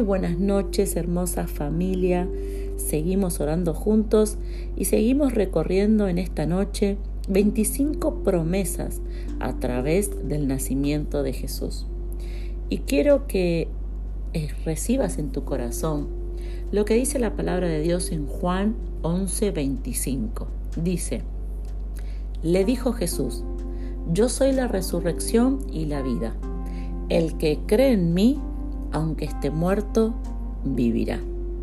buenas noches, hermosa familia. Seguimos orando juntos y seguimos recorriendo en esta noche 25 promesas a través del nacimiento de Jesús. Y quiero que recibas en tu corazón lo que dice la palabra de Dios en Juan 11:25. Dice: le dijo Jesús: yo soy la resurrección y la vida. El que cree en mí, aunque esté muerto, vivirá.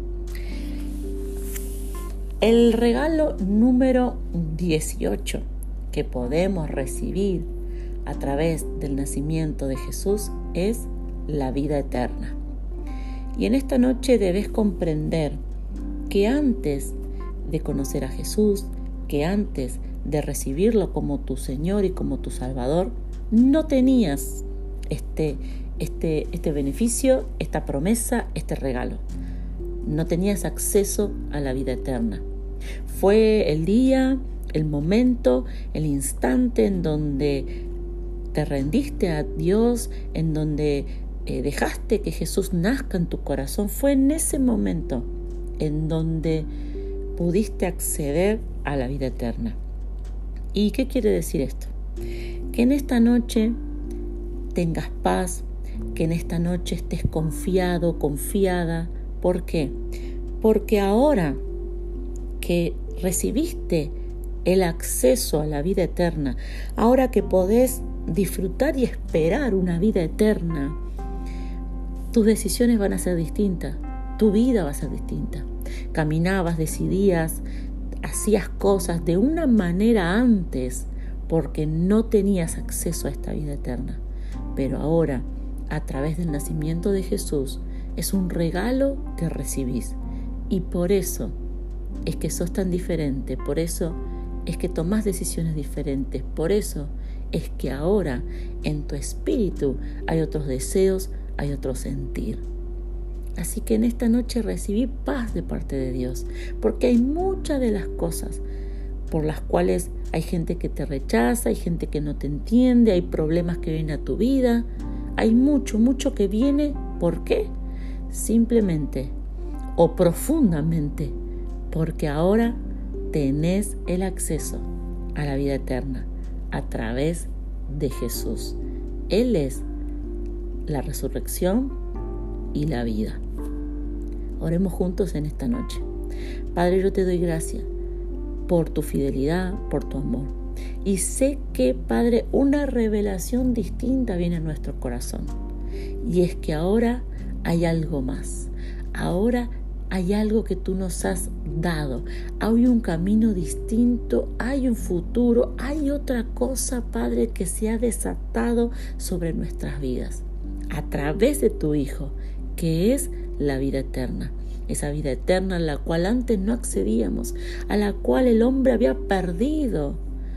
El regalo número 18 que podemos recibir a través del nacimiento de Jesús es la vida eterna. Y en esta noche debes comprender que antes de conocer a Jesús, que antes de recibirlo como tu Señor y como tu Salvador, no tenías este beneficio, esta promesa, este regalo. No tenías acceso a la vida eterna. Fue el día, el momento, el instante en donde te rendiste a Dios, en donde dejaste que Jesús nazca en tu corazón. Fue en ese momento en donde pudiste acceder a la vida eterna. ¿Y qué quiere decir esto? Que en esta noche tengas paz, que en esta noche estés confiado, confiada. ¿Por qué? Porque ahora que recibiste el acceso a la vida eterna, ahora que podés disfrutar y esperar una vida eterna, tus decisiones van a ser distintas, tu vida va a ser distinta. Caminabas, decidías, hacías cosas de una manera antes porque no tenías acceso a esta vida eterna. Pero ahora, a través del nacimiento de Jesús, es un regalo que recibís. Y por eso es que sos tan diferente, por eso es que tomás decisiones diferentes, por eso es que ahora en tu espíritu hay otros deseos, hay otro sentir. Así que en esta noche recibí paz de parte de Dios, porque hay muchas de las cosas por las cuales hay gente que te rechaza, hay gente que no te entiende, hay problemas que vienen a tu vida, hay mucho que viene. ¿Por qué? Simplemente o profundamente porque ahora tenés el acceso a la vida eterna a través de Jesús. Él es la resurrección y la vida. Oremos juntos en esta noche. Padre, yo te doy gracias por tu fidelidad, por tu amor. Y sé que, Padre, una revelación distinta viene a nuestro corazón. Y es que ahora hay algo más. Ahora hay algo que tú nos has dado. Hay un camino distinto, hay un futuro, hay otra cosa, Padre, que se ha desatado sobre nuestras vidas a través de tu Hijo, que es la vida eterna. Esa vida eterna a la cual antes no accedíamos, a la cual el hombre había perdido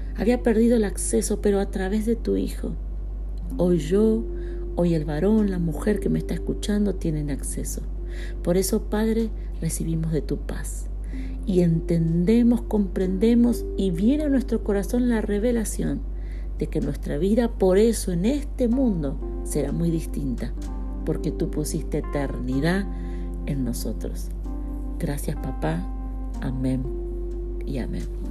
el acceso, pero a través de tu Hijo. Hoy yo, hoy el varón, la mujer que me está escuchando tienen acceso. Por eso, Padre, recibimos de tu paz y entendemos, comprendemos y viene a nuestro corazón la revelación de que nuestra vida, por eso en este mundo, será muy distinta, porque tú pusiste eternidad en nosotros. Gracias, papá. Amén y amén.